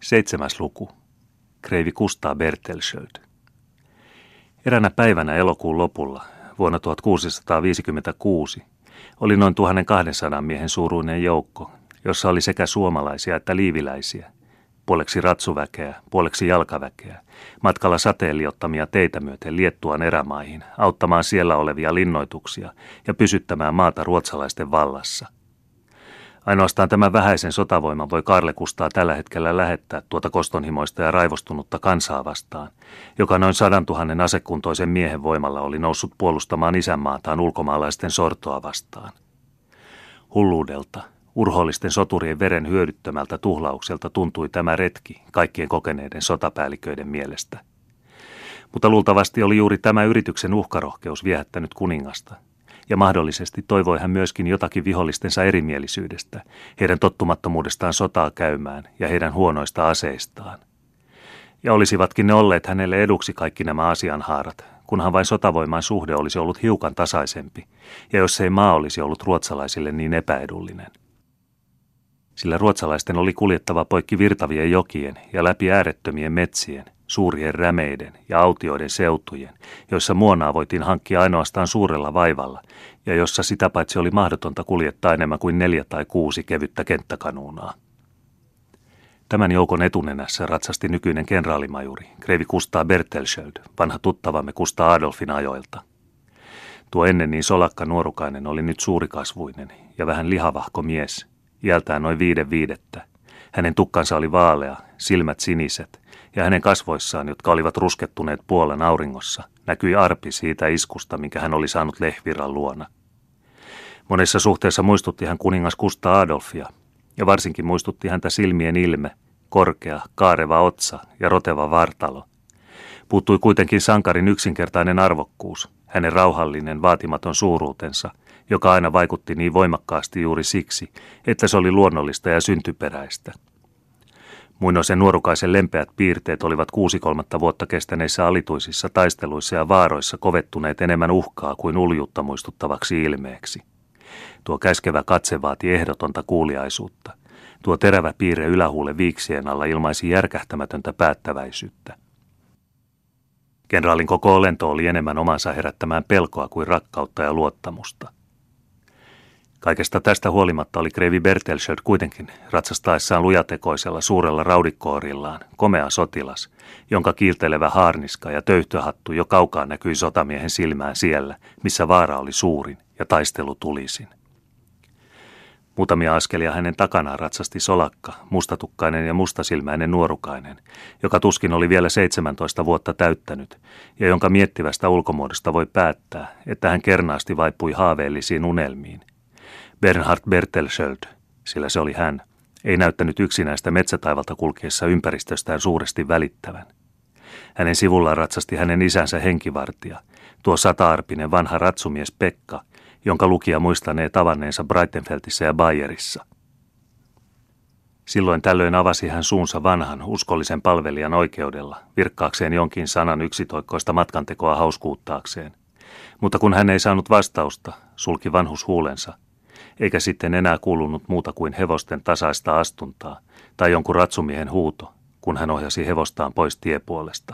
7. luku. Kreivi Kustaa Bertelschöld. Eräänä päivänä elokuun lopulla, vuonna 1656, oli noin 1200 miehen suuruinen joukko, jossa oli sekä suomalaisia että liiviläisiä, puoleksi ratsuväkeä, puoleksi jalkaväkeä, matkalla sateeliottamia teitä myöten Liettuan erämaihin, auttamaan siellä olevia linnoituksia ja pysyttämään maata ruotsalaisten vallassa. Ainoastaan tämän vähäisen sotavoiman voi Kaarle Kustaa tällä hetkellä lähettää tuota kostonhimoista ja raivostunutta kansaa vastaan, joka noin 100 000 asekuntoisen miehen voimalla oli noussut puolustamaan isänmaataan ulkomaalaisten sortoa vastaan. Hulluudelta, urhoollisten soturien veren hyödyttömältä tuhlaukselta tuntui tämä retki kaikkien kokeneiden sotapäälliköiden mielestä. Mutta luultavasti oli juuri tämä yrityksen uhkarohkeus viehättänyt kuningasta. Ja mahdollisesti toivoi hän myöskin jotakin vihollistensa erimielisyydestä, heidän tottumattomuudestaan sotaa käymään ja heidän huonoista aseistaan. Ja olisivatkin ne olleet hänelle eduksi kaikki nämä asianhaarat, kunhan vain sotavoiman suhde olisi ollut hiukan tasaisempi, ja jos ei maa olisi ollut ruotsalaisille niin epäedullinen. Sillä ruotsalaisten oli kuljettava poikki virtavien jokien ja läpi äärettömien metsien, suurien rämeiden ja autioiden seutujen, joissa muonaa voitiin hankkia ainoastaan suurella vaivalla, ja jossa sitä paitsi oli mahdotonta kuljettaa enemmän kuin 4 tai 6 kevyttä kenttäkanuunaa. Tämän joukon etunenässä ratsasti nykyinen kenraalimajuri, kreivi Kustaa Bertelschöld, vanha tuttavamme Kustaa Adolfin ajoilta. Tuo ennen niin solakka nuorukainen oli nyt suurikasvuinen ja vähän lihavahko mies, iältään noin 5'5". Hänen tukkansa oli vaalea, silmät siniset, ja hänen kasvoissaan, jotka olivat ruskettuneet puolen auringossa, näkyi arpi siitä iskusta, minkä hän oli saanut Lehvirran luona. Monessa suhteessa muistutti hän kuningas Kustaa Adolfia, ja varsinkin muistutti häntä silmien ilme, korkea, kaareva otsa ja roteva vartalo. Puuttui kuitenkin sankarin yksinkertainen arvokkuus, hänen rauhallinen, vaatimaton suuruutensa, joka aina vaikutti niin voimakkaasti juuri siksi, että se oli luonnollista ja syntyperäistä. Muinoisen nuorukaisen lempeät piirteet olivat 6 vuotta kestäneissä alituisissa taisteluissa ja vaaroissa kovettuneet enemmän uhkaa kuin uljuutta muistuttavaksi ilmeeksi. Tuo käskevä katse vaati ehdotonta kuuliaisuutta. Tuo terävä piirre ylähuulen viiksien alla ilmaisi järkähtämätöntä päättäväisyyttä. Kenraalin koko olento oli enemmän omansa herättämään pelkoa kuin rakkautta ja luottamusta. Kaikesta tästä huolimatta oli kreivi Bertelschöld kuitenkin ratsastaessaan lujatekoisella suurella raudikkoorillaan komea sotilas, jonka kiiltelevä haarniska ja töyhtöhattu jo kaukaa näkyi sotamiehen silmään siellä, missä vaara oli suurin ja taistelu tulisin. Muutamia askelia hänen takanaan ratsasti solakka, mustatukkainen ja mustasilmäinen nuorukainen, joka tuskin oli vielä 17 vuotta täyttänyt, ja jonka miettivästä ulkomuodosta voi päättää, että hän kernaasti vaipui haaveellisiin unelmiin. Bernhard Bertelschöld, sillä se oli hän, ei näyttänyt yksinäistä metsätaivalta kulkiessa ympäristöstään suuresti välittävän. Hänen sivullaan ratsasti hänen isänsä henkivartija, tuo 100-arpinen vanha ratsumies Pekka, jonka lukija muistanee tavanneensa Breitenfeldissä ja Bayerissa. Silloin tällöin avasi hän suunsa vanhan, uskollisen palvelijan oikeudella, virkkaakseen jonkin sanan yksitoikkoista matkantekoa hauskuuttaakseen. Mutta kun hän ei saanut vastausta, sulki vanhus huulensa, eikä sitten enää kuulunut muuta kuin hevosten tasaista astuntaa tai jonkun ratsumiehen huuto, kun hän ohjasi hevostaan pois tiepuolesta.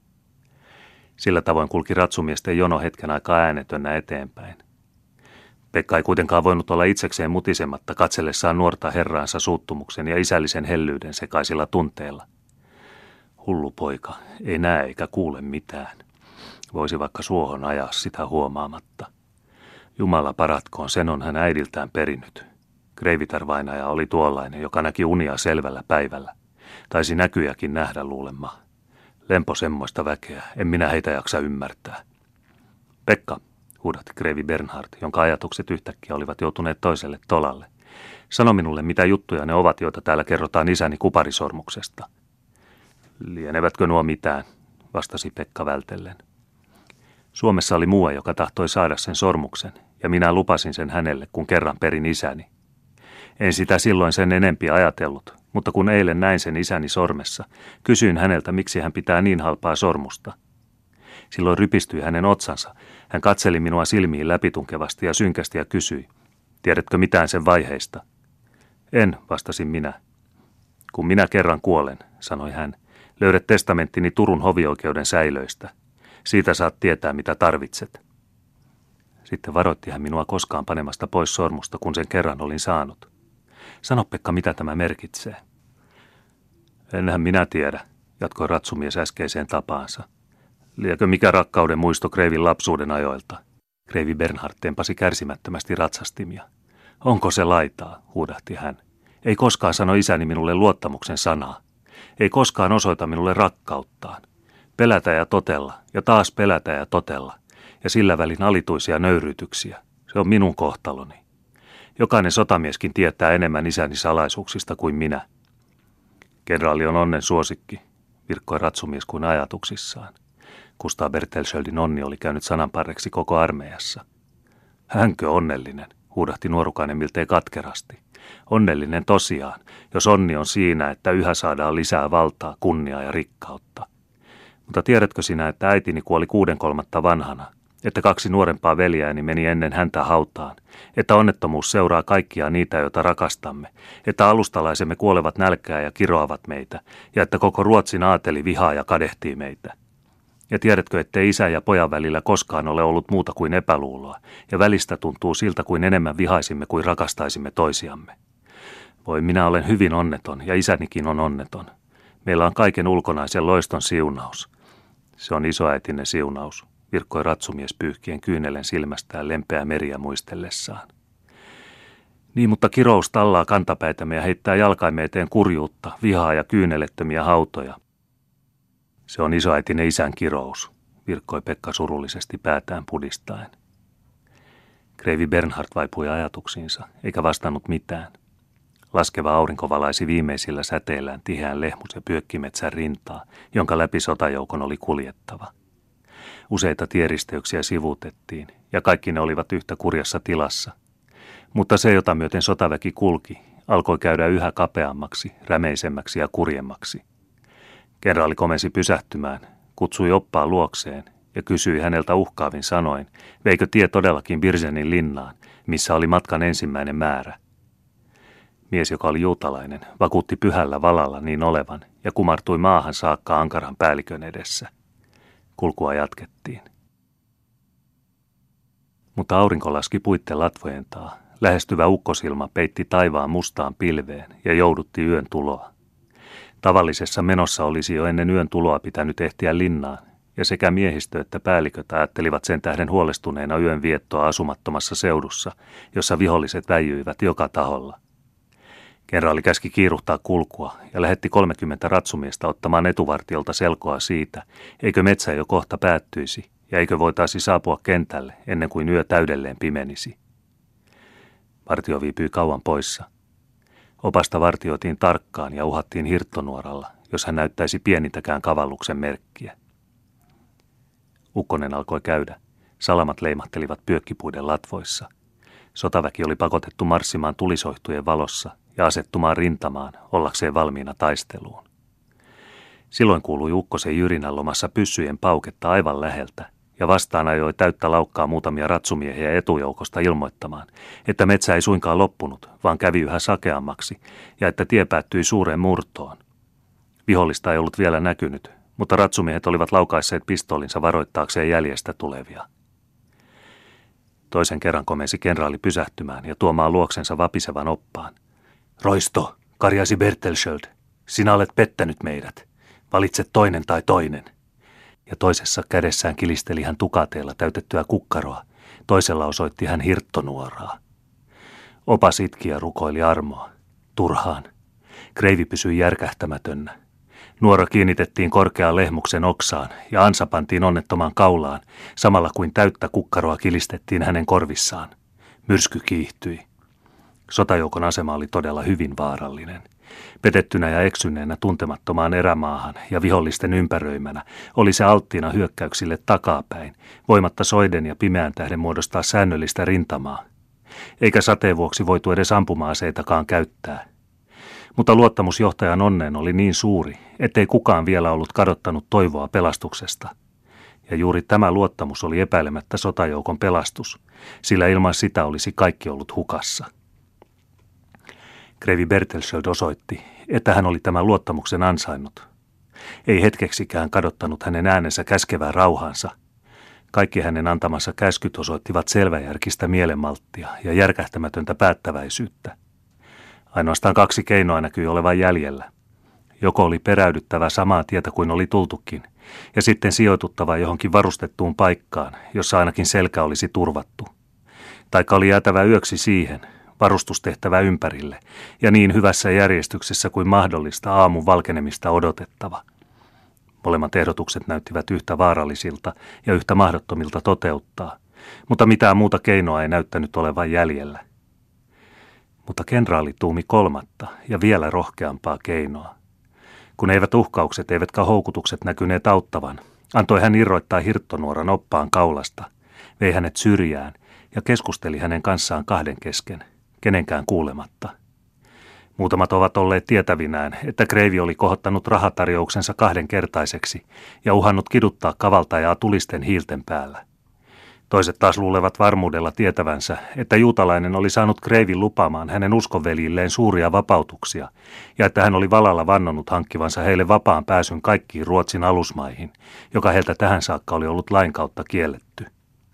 Sillä tavoin kulki ratsumiesten jono hetken aikaa äänetönnä eteenpäin. Pekka ei kuitenkaan voinut olla itsekseen mutisematta katsellessaan nuorta herraansa suuttumuksen ja isällisen hellyyden sekaisilla tunteilla. Hullu poika, ei näe eikä kuule mitään. Voisi vaikka suohon ajaa sitä huomaamatta. Jumala paratkoon, sen on hän äidiltään perinyt. Kreivitar-vainaja oli tuollainen, joka näki unia selvällä päivällä. Taisi näkyjäkin nähdä luulemma. Lempo semmoista väkeä, en minä heitä jaksa ymmärtää. Pekka, huudatti kreivi Bernhard, jonka ajatukset yhtäkkiä olivat joutuneet toiselle tolalle. Sano minulle, mitä juttuja ne ovat, joita täällä kerrotaan isäni kuparisormuksesta. Lienevätkö nuo mitään, vastasi Pekka vältellen. Suomessa oli muuan, joka tahtoi saada sen sormuksen, ja minä lupasin sen hänelle, kun kerran perin isäni. En sitä silloin sen enempi ajatellut, mutta kun eilen näin sen isäni sormessa, kysyin häneltä, miksi hän pitää niin halpaa sormusta. Silloin rypistyi hänen otsansa. Hän katseli minua silmiin läpitunkevasti ja synkästi ja kysyi, tiedätkö mitään sen vaiheista? En, vastasin minä. Kun minä kerran kuolen, sanoi hän, löydät testamenttini Turun hovioikeuden säilöistä. Siitä saat tietää, mitä tarvitset. Sitten varoitti hän minua koskaan panemasta pois sormusta, kun sen kerran olin saanut. Sano, Pekka, mitä tämä merkitsee. Enhän minä tiedä, jatkoi ratsumies äskeiseen tapaansa. Liekö mikä rakkauden muisto Kreivin lapsuuden ajoilta? Kreivi Bernhard tempasi kärsimättömästi ratsastimia. Onko se laitaa, huudahti hän. Ei koskaan sano isäni minulle luottamuksen sanaa. Ei koskaan osoita minulle rakkauttaan. Pelätä ja totella, ja taas pelätä ja totella, ja sillä välin alituisia nöyryytyksiä. Se on minun kohtaloni. Jokainen sotamieskin tietää enemmän isäni salaisuuksista kuin minä. Kenraali on onnen suosikki, virkkoi ratsumies kuin ajatuksissaan. Kustaa Bertelschöldin onni oli käynyt sananparreksi koko armeijassa. Hänkö onnellinen, huudahti nuorukainen miltei katkerasti. Onnellinen tosiaan, jos onni on siinä, että yhä saadaan lisää valtaa, kunniaa ja rikkautta. Mutta tiedätkö sinä, että äitini kuoli 6/3 vanhana, että 2 nuorempaa veljääni meni ennen häntä hautaan, että onnettomuus seuraa kaikkia niitä, joita rakastamme, että alustalaisemme kuolevat nälkää ja kiroavat meitä, ja että koko Ruotsin aateli vihaa ja kadehtii meitä. Ja tiedätkö, ettei isän ja pojan välillä koskaan ole ollut muuta kuin epäluuloa, ja välistä tuntuu siltä, kuin enemmän vihaisimme kuin rakastaisimme toisiamme. Voi, minä olen hyvin onneton, ja isänikin on onneton. Meillä on kaiken ulkonaisen loiston siunaus. Se on isoäitinen siunaus, virkkoi ratsumies pyyhkien kyynelen silmästään lempeää meriä muistellessaan. Niin, mutta kirous tallaa kantapäitämme ja heittää jalkaimme eteen kurjuutta, vihaa ja kyynelettömiä hautoja. Se on isoäitinen isän kirous, virkkoi Pekka surullisesti päätään pudistaen. Kreivi Bernhard vaipui ajatuksiinsa, eikä vastannut mitään. Laskeva aurinko valaisi viimeisillä säteillään tiheän lehmus- ja pyökkimetsän rintaa, jonka läpi sotajoukon oli kuljettava. Useita tieristeyksiä sivutettiin, ja kaikki ne olivat yhtä kurjassa tilassa. Mutta se, jota myöten sotaväki kulki, alkoi käydä yhä kapeammaksi, rämeisemmäksi ja kurjemmaksi. Kenraali komensi pysähtymään, kutsui oppaan luokseen ja kysyi häneltä uhkaavin sanoin, veikö tie todellakin Birzenin linnaan, missä oli matkan ensimmäinen määrä. Mies, joka oli juutalainen, vakuutti pyhällä valalla niin olevan ja kumartui maahan saakka ankaran päällikön edessä. Kulkua jatkettiin. Mutta aurinko laski puitten latvojen taa. Lähestyvä ukkosilma peitti taivaan mustaan pilveen ja joudutti yön tuloa. Tavallisessa menossa olisi jo ennen yön tuloa pitänyt ehtiä linnaan, ja sekä miehistö että päälliköt ajattelivat sen tähden huolestuneena yön viettoa asumattomassa seudussa, jossa viholliset väijyivät joka taholla. Kenraali käski kiiruhtaa kulkua ja lähetti 30 ratsumiestä ottamaan etuvartiolta selkoa siitä, eikö metsä jo kohta päättyisi ja eikö voitaisi saapua kentälle ennen kuin yö täydelleen pimenisi. Vartio viipyi kauan poissa. Opasta vartioitiin tarkkaan ja uhattiin hirttonuoralla, jos hän näyttäisi pienintäkään kavalluksen merkkiä. Ukkonen alkoi käydä. Salamat leimahtelivat pyökkipuiden latvoissa. Sotaväki oli pakotettu marssimaan tulisoihtujen valossa ja asettumaan rintamaan ollakseen valmiina taisteluun. Silloin kuului ukkosen jyrinän lomassa pyssyjen pauketta aivan läheltä, ja vastaan ajoi täyttä laukkaa muutamia ratsumiehiä etujoukosta ilmoittamaan, että metsä ei suinkaan loppunut, vaan kävi yhä sakeammaksi, ja että tie päättyi suureen murtoon. Vihollista ei ollut vielä näkynyt, mutta ratsumiehet olivat laukaisseet pistoolinsa varoittaakseen jäljestä tulevia. Toisen kerran komensi kenraali pysähtymään ja tuomaan luoksensa vapisevan oppaan. Roisto, karjasi Bertelschöld, sinä olet pettänyt meidät. Valitse toinen tai toinen. Ja toisessa kädessään kilisteli hän tukateella täytettyä kukkaroa, toisella osoitti hän hirttonuoraa. Opas itki ja rukoili armoa. Turhaan. Kreivi pysyi järkähtämätönnä. Nuora kiinnitettiin korkeaan lehmuksen oksaan ja ansa pantiin onnettomaan kaulaan, samalla kuin täyttä kukkaroa kilistettiin hänen korvissaan. Myrsky kiihtyi. Sotajoukon asema oli todella hyvin vaarallinen. Petettynä ja eksyneenä tuntemattomaan erämaahan ja vihollisten ympäröimänä oli se alttiina hyökkäyksille takapäin, voimatta soiden ja pimeän tähden muodostaa säännöllistä rintamaa. Eikä sateen vuoksi voitu edes ampuma-aseitakaan käyttää. Mutta luottamus johtajan onneen oli niin suuri, ettei kukaan vielä ollut kadottanut toivoa pelastuksesta. Ja juuri tämä luottamus oli epäilemättä sotajoukon pelastus, sillä ilman sitä olisi kaikki ollut hukassa. Kreivi Bertelschöld osoitti, että hän oli tämän luottamuksen ansainnut. Ei hetkeksikään kadottanut hänen äänensä käskevää rauhaansa. Kaikki hänen antamansa käskyt osoittivat selväjärkistä mielenmalttia ja järkähtämätöntä päättäväisyyttä. Ainoastaan 2 keinoa näkyi olevan jäljellä. Joko oli peräydyttävä samaa tietä kuin oli tultukin, ja sitten sijoituttava johonkin varustettuun paikkaan, jossa ainakin selkä olisi turvattu. Taikka oli jäätävä yöksi siihen, varustustehtävä ympärille, ja niin hyvässä järjestyksessä kuin mahdollista aamun valkenemista odotettava. Molemmat ehdotukset näyttivät yhtä vaarallisilta ja yhtä mahdottomilta toteuttaa, mutta mitään muuta keinoa ei näyttänyt olevan jäljellä. Mutta kenraali tuumi 3. ja vielä rohkeampaa keinoa. Kun eivät uhkaukset eivätkä houkutukset näkyneet auttavan, antoi hän irroittaa hirttonuoran oppaan kaulasta, vei hänet syrjään ja keskusteli hänen kanssaan 2 kesken, kenenkään kuulematta. Muutamat ovat olleet tietävinään, että kreivi oli kohottanut rahatarjouksensa 2-kertaiseksi ja uhannut kiduttaa kavaltajaa tulisten hiilten päällä. Toiset taas luulevat varmuudella tietävänsä, että juutalainen oli saanut kreivin lupaamaan hänen uskonveljilleen suuria vapautuksia ja että hän oli valalla vannonut hankkivansa heille vapaan pääsyn kaikkiin Ruotsin alusmaihin, joka heiltä tähän saakka oli ollut lain kautta kielletty.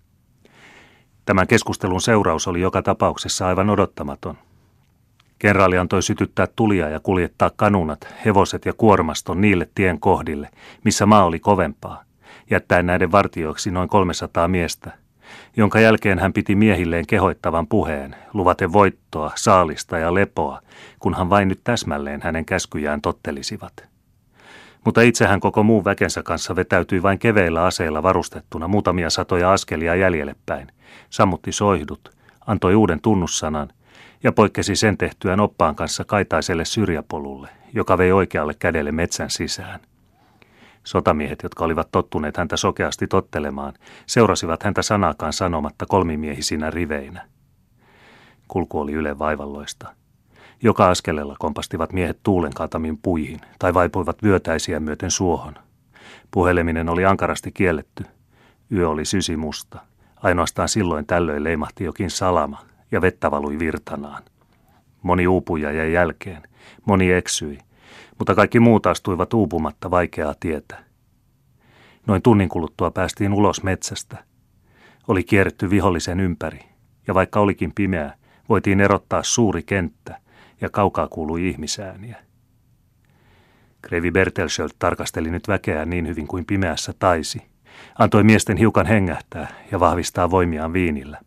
Tämän keskustelun seuraus oli joka tapauksessa aivan odottamaton. Kenraali antoi sytyttää tulia ja kuljettaa kanunat, hevoset ja kuormaston niille tien kohdille, missä maa oli kovempaa, jättäen näiden vartioiksi noin 300 miestä, jonka jälkeen hän piti miehilleen kehoittavan puheen, luvaten voittoa, saalista ja lepoa, kunhan vain nyt täsmälleen hänen käskyjään tottelisivat. Mutta itse hän koko muun väkensä kanssa vetäytyi vain keveillä aseilla varustettuna muutamia satoja askelia jäljelle päin, sammutti soihdut, antoi uuden tunnussanan ja poikkesi sen tehtyään oppaan kanssa kaitaiselle syrjäpolulle, joka vei oikealle kädelle metsän sisään. Sotamiehet, jotka olivat tottuneet häntä sokeasti tottelemaan, seurasivat häntä sanaakaan sanomatta kolmimiehisinä riveinä. Kulku oli Ylen vaivalloista. Joka askelella kompastivat miehet tuulen kaatamiin puihin tai vaipuivat vyötäisiä myöten suohon. Puheleminen oli ankarasti kielletty. Yö oli sysimusta. Ainoastaan silloin tällöin leimahti jokin salama ja vettä valui virtanaan. Moni uupuja jäi jälkeen, moni eksyi, mutta kaikki muut astuivat uupumatta vaikeaa tietä. Noin tunnin kuluttua päästiin ulos metsästä. Oli kierretty vihollisen ympäri, ja vaikka olikin pimeää, voitiin erottaa suuri kenttä, ja kaukaa kuului ihmisääniä. Kreivi Bertelschöld tarkasteli nyt väkeä niin hyvin kuin pimeässä taisi, antoi miesten hiukan hengähtää ja vahvistaa voimiaan viinillä.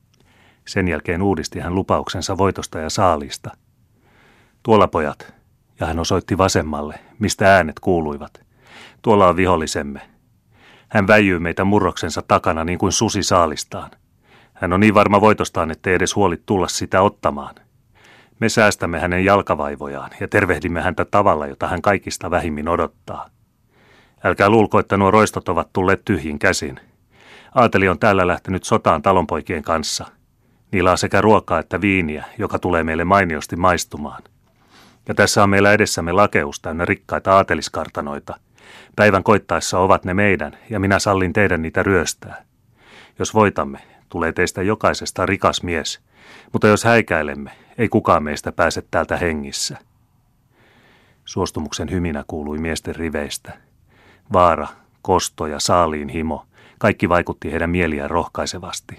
Sen jälkeen uudisti hän lupauksensa voitosta ja saalista. Tuolla pojat, ja hän osoitti vasemmalle, mistä äänet kuuluivat. Tuolla on vihollisemme. Hän väijyy meitä murroksensa takana niin kuin susi saalistaan. Hän on niin varma voitostaan, ettei edes huoli tulla sitä ottamaan. Me säästämme hänen jalkavaivojaan ja tervehdimme häntä tavalla, jota hän kaikista vähimmin odottaa. Älkää luulko, että nuo roistot ovat tulleet tyhjin käsin. Aateli on täällä lähtenyt sotaan talonpoikien kanssa. Niillä on sekä ruokaa että viiniä, joka tulee meille mainiosti maistumaan. Ja tässä on meillä edessämme lakeus täynnä rikkaita aateliskartanoita. Päivän koittaessa ovat ne meidän, ja minä sallin teidän niitä ryöstää. Jos voitamme, tulee teistä jokaisesta rikas mies, mutta jos häikäilemme, ei kukaan meistä pääse täältä hengissä. Suostumuksen hyminä kuului miesten riveistä. Vaara, kosto ja saaliin himo, kaikki vaikutti heidän mieliään rohkaisevasti.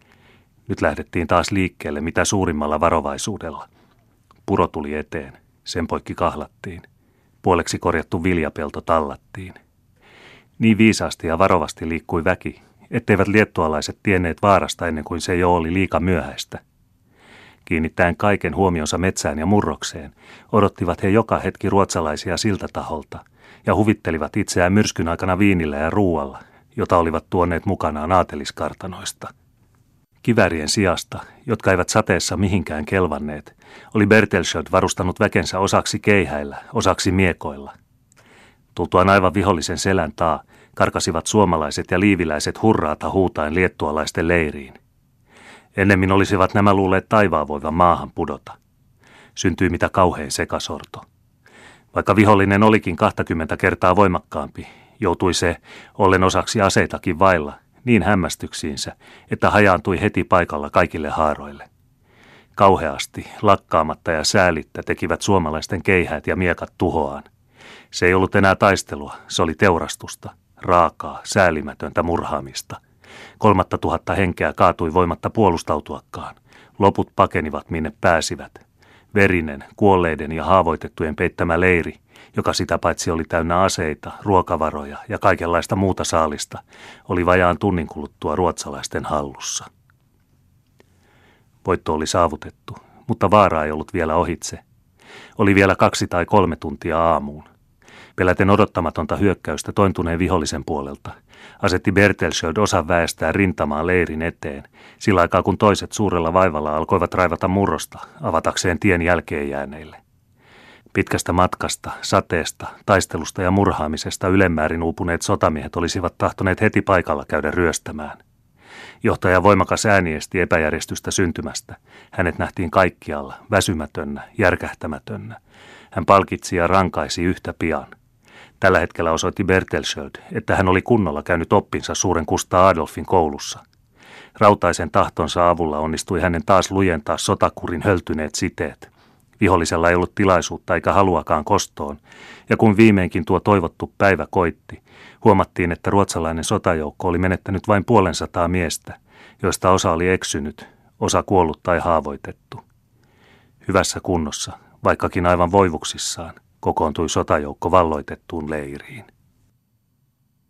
Nyt lähdettiin taas liikkeelle mitä suurimmalla varovaisuudella. Puro tuli eteen, sen poikki kahlattiin. Puoleksi korjattu viljapelto tallattiin. Niin viisaasti ja varovasti liikkui väki, etteivät liettualaiset tienneet vaarasta ennen kuin se jo oli liika myöhäistä. Kiinnittäen kaiken huomionsa metsään ja murrokseen, odottivat he joka hetki ruotsalaisia siltä taholta ja huvittelivat itseään myrskyn aikana viinillä ja ruualla, jota olivat tuoneet mukanaan aateliskartanoista. Kiväärien sijasta, jotka eivät sateessa mihinkään kelvanneet, oli Bertelschöld varustanut väkensä osaksi keihäillä, osaksi miekoilla. Tultuaan aivan vihollisen selän taa, karkasivat suomalaiset ja liiviläiset hurraata huutaen liettualaisten leiriin. Ennemmin olisivat nämä luulleet taivaan voivan maahan pudota. Syntyi mitä kauhein sekasorto. Vaikka vihollinen olikin 20 kertaa voimakkaampi, joutui se, ollen osaksi aseitakin vailla, niin hämmästyksiinsä, että hajaantui heti paikalla kaikille haaroille. Kauheasti, lakkaamatta ja säälittä tekivät suomalaisten keihäät ja miekat tuhoaan. Se ei ollut enää taistelua, se oli teurastusta, raakaa, säälimätöntä murhaamista. 3000 henkeä kaatui voimatta puolustautuakaan. Loput pakenivat minne pääsivät. Verinen, kuolleiden ja haavoitettujen peittämä leiri, joka sitä paitsi oli täynnä aseita, ruokavaroja ja kaikenlaista muuta saalista, oli vajaan tunnin kuluttua ruotsalaisten hallussa. Voitto oli saavutettu, mutta vaara ei ollut vielä ohitse. Oli vielä 2 tai 3 tuntia aamuun. Peläten odottamatonta hyökkäystä tointuneen vihollisen puolelta asetti Bertelschöld osan väestään rintamaan leirin eteen, sillä aikaa kun toiset suurella vaivalla alkoivat raivata murrosta avatakseen tien jälkeen jääneille. Pitkästä matkasta, sateesta, taistelusta ja murhaamisesta ylemmäärin uupuneet sotamiehet olisivat tahtoneet heti paikalla käydä ryöstämään. Johtaja voimakas ääni esti epäjärjestystä syntymästä. Hänet nähtiin kaikkialla, väsymätönnä, järkähtämätönnä. Hän palkitsi ja rankaisi yhtä pian. Tällä hetkellä osoitti Bertelschöld, että hän oli kunnolla käynyt oppinsa suuren Kustaa Adolfin koulussa. Rautaisen tahtonsa avulla onnistui hänen taas lujentaa sotakurin höltyneet siteet. Vihollisella ei ollut tilaisuutta eikä haluakaan kostoon, ja kun viimeinkin tuo toivottu päivä koitti, huomattiin, että ruotsalainen sotajoukko oli menettänyt vain 500 miestä, joista osa oli eksynyt, osa kuollut tai haavoitettu. Hyvässä kunnossa, vaikkakin aivan voivuksissaan, kokoontui sotajoukko valloitettuun leiriin.